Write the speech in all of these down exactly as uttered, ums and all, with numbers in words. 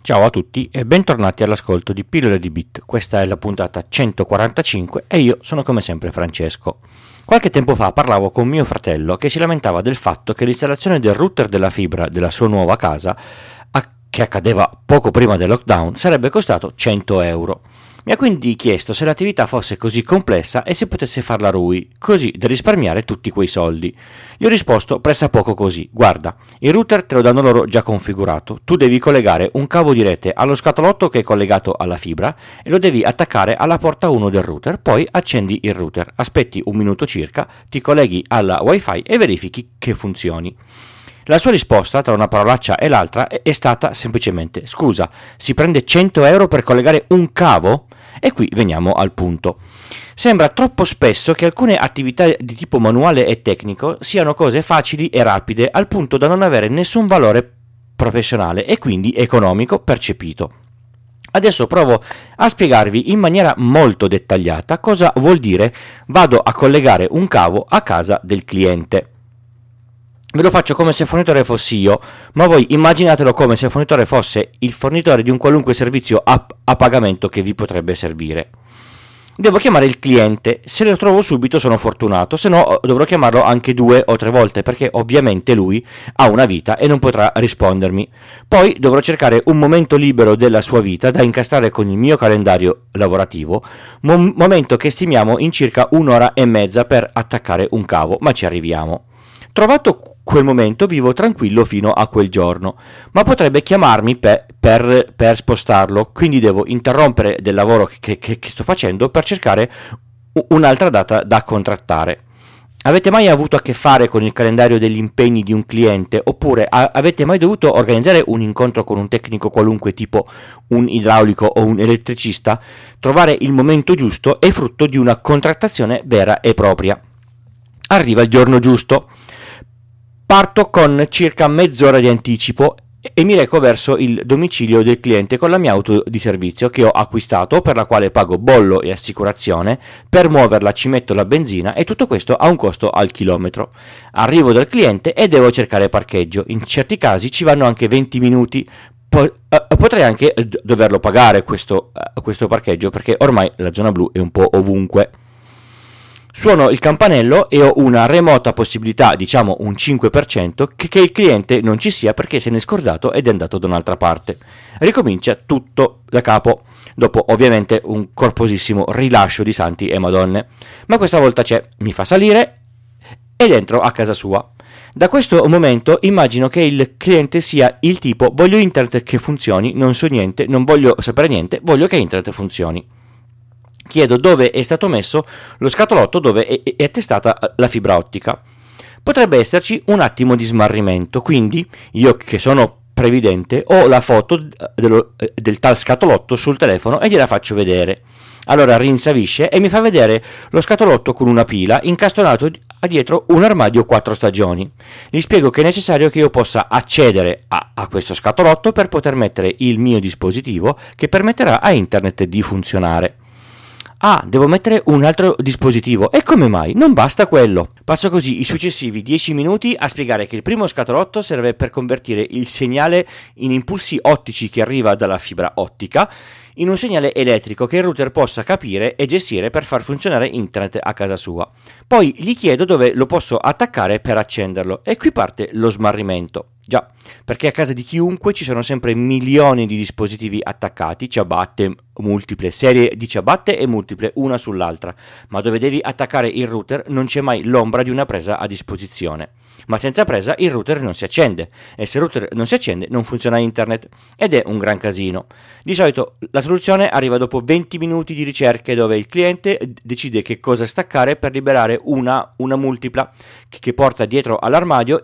Ciao a tutti e bentornati all'ascolto di Pillole di Bit. Questa è la puntata centoquarantacinque e io sono come sempre Francesco. Qualche tempo fa parlavo con mio fratello che si lamentava del fatto che l'installazione del router della fibra della sua nuova casa, che accadeva poco prima del lockdown, sarebbe costato cento euro. Mi ha quindi chiesto se l'attività fosse così complessa e se potesse farla lui, così da risparmiare tutti quei soldi. Gli ho risposto pressappoco così: guarda, il router te lo danno loro già configurato, tu devi collegare un cavo di rete allo scatolotto che è collegato alla fibra e lo devi attaccare alla porta uno del router, poi accendi il router, aspetti un minuto circa, ti colleghi alla wifi e verifichi che funzioni. La sua risposta, tra una parolaccia e l'altra, è stata semplicemente: scusa, si prende cento euro per collegare un cavo? E qui veniamo al punto. Sembra troppo spesso che alcune attività di tipo manuale e tecnico siano cose facili e rapide al punto da non avere nessun valore professionale e quindi economico percepito. Adesso provo a spiegarvi in maniera molto dettagliata cosa vuol dire vado a collegare un cavo a casa del cliente. Ve lo faccio come se il fornitore fossi io, ma voi immaginatelo come se il fornitore fosse il fornitore di un qualunque servizio a, a pagamento che vi potrebbe servire. Devo chiamare il cliente, se lo trovo subito sono fortunato, se no dovrò chiamarlo anche due o tre volte perché ovviamente lui ha una vita e non potrà rispondermi. Poi dovrò cercare un momento libero della sua vita da incastrare con il mio calendario lavorativo, mom- momento che stimiamo in circa un'ora e mezza per attaccare un cavo, ma ci arriviamo. Trovato quel momento vivo tranquillo fino a quel giorno, ma potrebbe chiamarmi pe- per, per spostarlo, quindi devo interrompere del lavoro che, che, che sto facendo per cercare un'altra data da contrattare. Avete mai avuto a che fare con il calendario degli impegni di un cliente, oppure a- avete mai dovuto organizzare un incontro con un tecnico qualunque, tipo un idraulico o un elettricista? Trovare il momento giusto è frutto di una contrattazione vera e propria. Arriva il giorno giusto. Parto con circa mezz'ora di anticipo e mi reco verso il domicilio del cliente con la mia auto di servizio che ho acquistato, per la quale pago bollo e assicurazione. Per muoverla ci metto la benzina e tutto questo ha un costo al chilometro. Arrivo dal cliente e devo cercare parcheggio. In certi casi ci vanno anche venti minuti. Po- eh, potrei anche doverlo pagare questo, eh, questo parcheggio, perché ormai la zona blu è un po' ovunque. Suono il campanello e ho una remota possibilità, diciamo un cinque per cento, che, che il cliente non ci sia perché se n'è scordato ed è andato da un'altra parte. Ricomincia tutto da capo, dopo ovviamente un corposissimo rilascio di santi e madonne. Ma questa volta c'è, mi fa salire ed entro a casa sua. Da questo momento immagino che il cliente sia il tipo: voglio internet che funzioni, non so niente, non voglio sapere niente, voglio che internet funzioni. Chiedo dove è stato messo lo scatolotto dove è, è attestata la fibra ottica. Potrebbe esserci un attimo di smarrimento, quindi io, che sono previdente, ho la foto dello, del tal scatolotto sul telefono e gliela faccio vedere. Allora rinsavisce e mi fa vedere lo scatolotto con una pila incastonato dietro un armadio quattro stagioni. Gli spiego che è necessario che io possa accedere a, a questo scatolotto per poter mettere il mio dispositivo che permetterà a internet di funzionare. Ah, devo mettere un altro dispositivo. E come mai? Non basta quello. Passo così i successivi dieci minuti a spiegare che il primo scatolotto serve per convertire il segnale in impulsi ottici che arriva dalla fibra ottica in un segnale elettrico che il router possa capire e gestire per far funzionare internet a casa sua. Poi gli chiedo dove lo posso attaccare per accenderlo e qui parte lo smarrimento. Già, perché a casa di chiunque ci sono sempre milioni di dispositivi attaccati, ciabatte multiple, serie di ciabatte e multiple una sull'altra, ma dove devi attaccare il router non c'è mai l'ombra di una presa a disposizione. Ma senza presa il router non si accende, e se il router non si accende non funziona internet, ed è un gran casino. Di solito la soluzione arriva dopo venti minuti di ricerche, dove il cliente decide che cosa staccare per liberare una, una multipla che porta dietro all'armadio,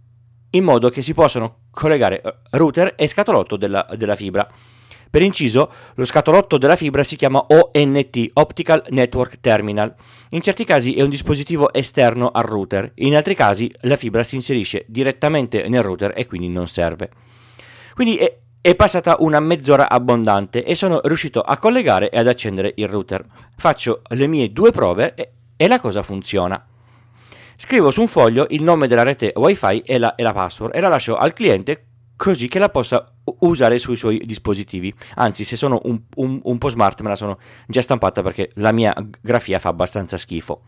in modo che si possano collegare router e scatolotto della, della fibra. Per inciso, lo scatolotto della fibra si chiama O N T, Optical Network Terminal. In certi casi è un dispositivo esterno al router, in altri casi la fibra si inserisce direttamente nel router e quindi non serve. Quindi è, è passata una mezz'ora abbondante e sono riuscito a collegare e ad accendere il router. Faccio le mie due prove e, e la cosa funziona. Scrivo su un foglio il nome della rete wifi e la, e la password e la lascio al cliente così che la possa usare sui suoi dispositivi. Anzi, se sono un, un, un po' smart me la sono già stampata perché la mia grafia fa abbastanza schifo.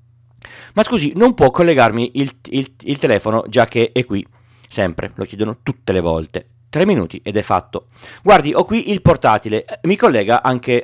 Ma scusi, non può collegarmi il, il, il telefono già che è qui? Sempre, lo chiedono tutte le volte. Tre minuti ed è fatto. Guardi, ho qui il portatile, mi collega anche,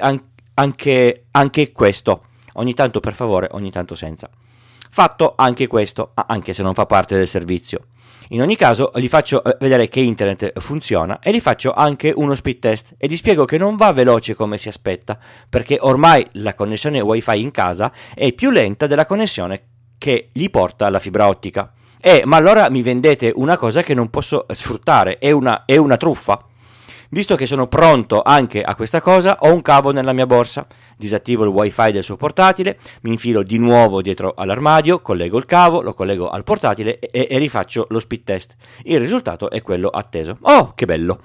anche, anche questo. Ogni tanto per favore, ogni tanto senza. Fatto anche questo, anche se non fa parte del servizio. In ogni caso gli faccio vedere che internet funziona e gli faccio anche uno speed test e gli spiego che non va veloce come si aspetta, perché ormai la connessione wifi in casa è più lenta della connessione che gli porta la fibra ottica. Eh, ma allora mi vendete una cosa che non posso sfruttare, è una, è una truffa? Visto che sono pronto anche a questa cosa, ho un cavo nella mia borsa, disattivo il wifi del suo portatile, mi infilo di nuovo dietro all'armadio, collego il cavo, lo collego al portatile e, e rifaccio lo speed test. Il risultato è quello atteso. Oh, che bello!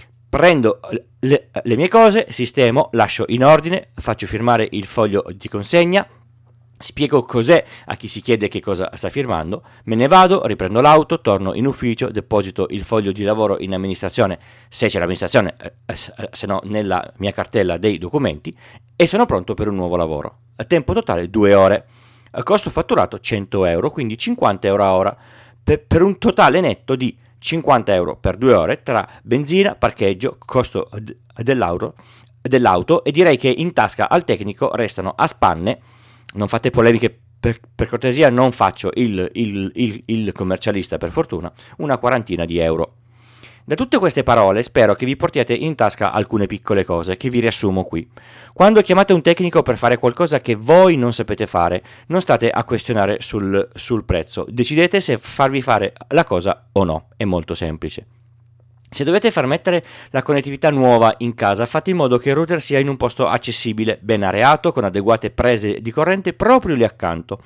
Prendo le, le mie cose, sistemo, lascio in ordine, faccio firmare il foglio di consegna, spiego cos'è a chi si chiede che cosa sta firmando, me ne vado, riprendo l'auto, torno in ufficio, deposito il foglio di lavoro in amministrazione, se c'è l'amministrazione, eh, se no nella mia cartella dei documenti, e sono pronto per un nuovo lavoro. Tempo totale due ore, costo fatturato cento euro, quindi cinquanta euro a ora, per, per un totale netto di cinquanta euro per due ore tra benzina, parcheggio, costo dell'auto, dell'auto e direi che in tasca al tecnico restano a spanne. Non fate polemiche, per, per cortesia, non faccio il, il, il, il commercialista per fortuna, una quarantina di euro. Da tutte queste parole spero che vi portiate in tasca alcune piccole cose che vi riassumo qui. Quando chiamate un tecnico per fare qualcosa che voi non sapete fare, non state a questionare sul, sul prezzo, decidete se farvi fare la cosa o no, è molto semplice. Se dovete far mettere la connettività nuova in casa, fate in modo che il router sia in un posto accessibile, ben areato, con adeguate prese di corrente proprio lì accanto.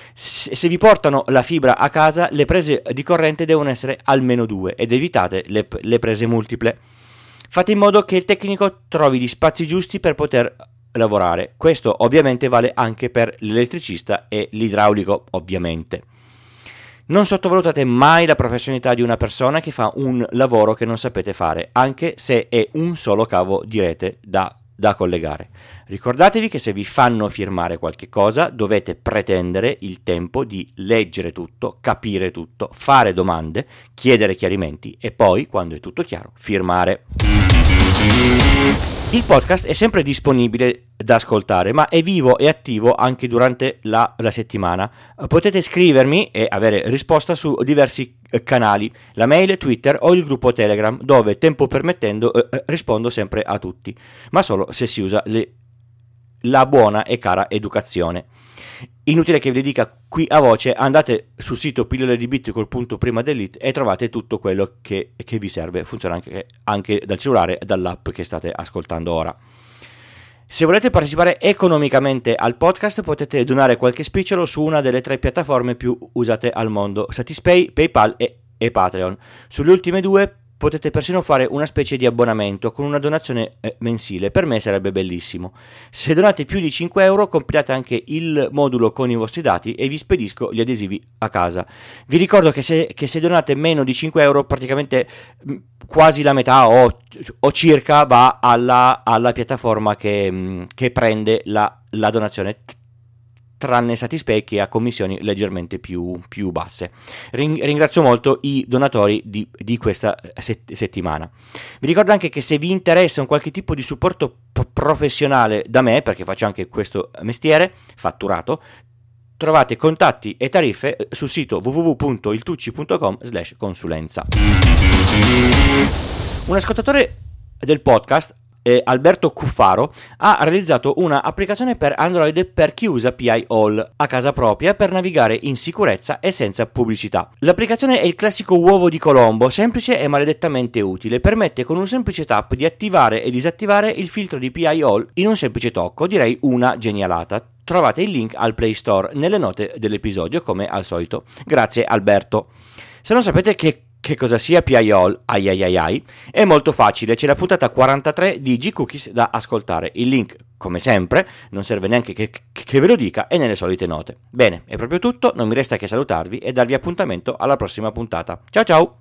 Se vi portano la fibra a casa, le prese di corrente devono essere almeno due ed evitate le, le prese multiple. Fate in modo che il tecnico trovi gli spazi giusti per poter lavorare. Questo ovviamente vale anche per l'elettricista e l'idraulico, ovviamente. Non sottovalutate mai la professionalità di una persona che fa un lavoro che non sapete fare, anche se è un solo cavo di rete da, da collegare. Ricordatevi che se vi fanno firmare qualche cosa, dovete pretendere il tempo di leggere tutto, capire tutto, fare domande, chiedere chiarimenti e poi, quando è tutto chiaro, firmare. Il podcast è sempre disponibile da ascoltare, ma è vivo e attivo anche durante la, la settimana. Potete scrivermi e avere risposta su diversi canali, la mail, Twitter o il gruppo Telegram, dove, tempo permettendo, eh, rispondo sempre a tutti, ma solo se si usa le, la buona e cara educazione. Inutile che vi dica qui a voce, andate sul sito pillole di bit col punto prima dell'it e trovate tutto quello che, che vi serve. Funziona anche, anche dal cellulare e dall'app che state ascoltando ora. Se volete partecipare economicamente al podcast, potete donare qualche spicciolo su una delle tre piattaforme più usate al mondo: Satispay, PayPal e, e Patreon. Sulle ultime due potete persino fare una specie di abbonamento con una donazione eh, mensile. Per me sarebbe bellissimo. Se donate più di cinque euro, compilate anche il modulo con i vostri dati e vi spedisco gli adesivi a casa. Vi ricordo che se, che se donate meno di cinque euro, praticamente mh, quasi la metà o, o circa va alla, alla piattaforma che, mh, che prende la, la donazione, tranne Satispay che ha commissioni leggermente più, più basse. Ringrazio molto i donatori di, di questa set- settimana. Vi ricordo anche che se vi interessa un qualche tipo di supporto p- professionale da me, perché faccio anche questo mestiere fatturato, trovate contatti e tariffe sul sito w w w punto il tucci punto com slash consulenza. Un ascoltatore del podcast, Eh, Alberto Cuffaro, ha realizzato una applicazione per Android per chi usa P I All a casa propria per navigare in sicurezza e senza pubblicità. L'applicazione è il classico uovo di Colombo, semplice e maledettamente utile. Permette con un semplice tap di attivare e disattivare il filtro di P I All in un semplice tocco, direi una genialata. Trovate il link al Play Store nelle note dell'episodio, come al solito. Grazie Alberto. Se non sapete che Che cosa sia P I All, ai ai ai ai, è molto facile, c'è la puntata quarantatré di G-Cookies da ascoltare. Il link, come sempre, non serve neanche che, che ve lo dica, è nelle solite note. Bene, è proprio tutto, non mi resta che salutarvi e darvi appuntamento alla prossima puntata. Ciao ciao!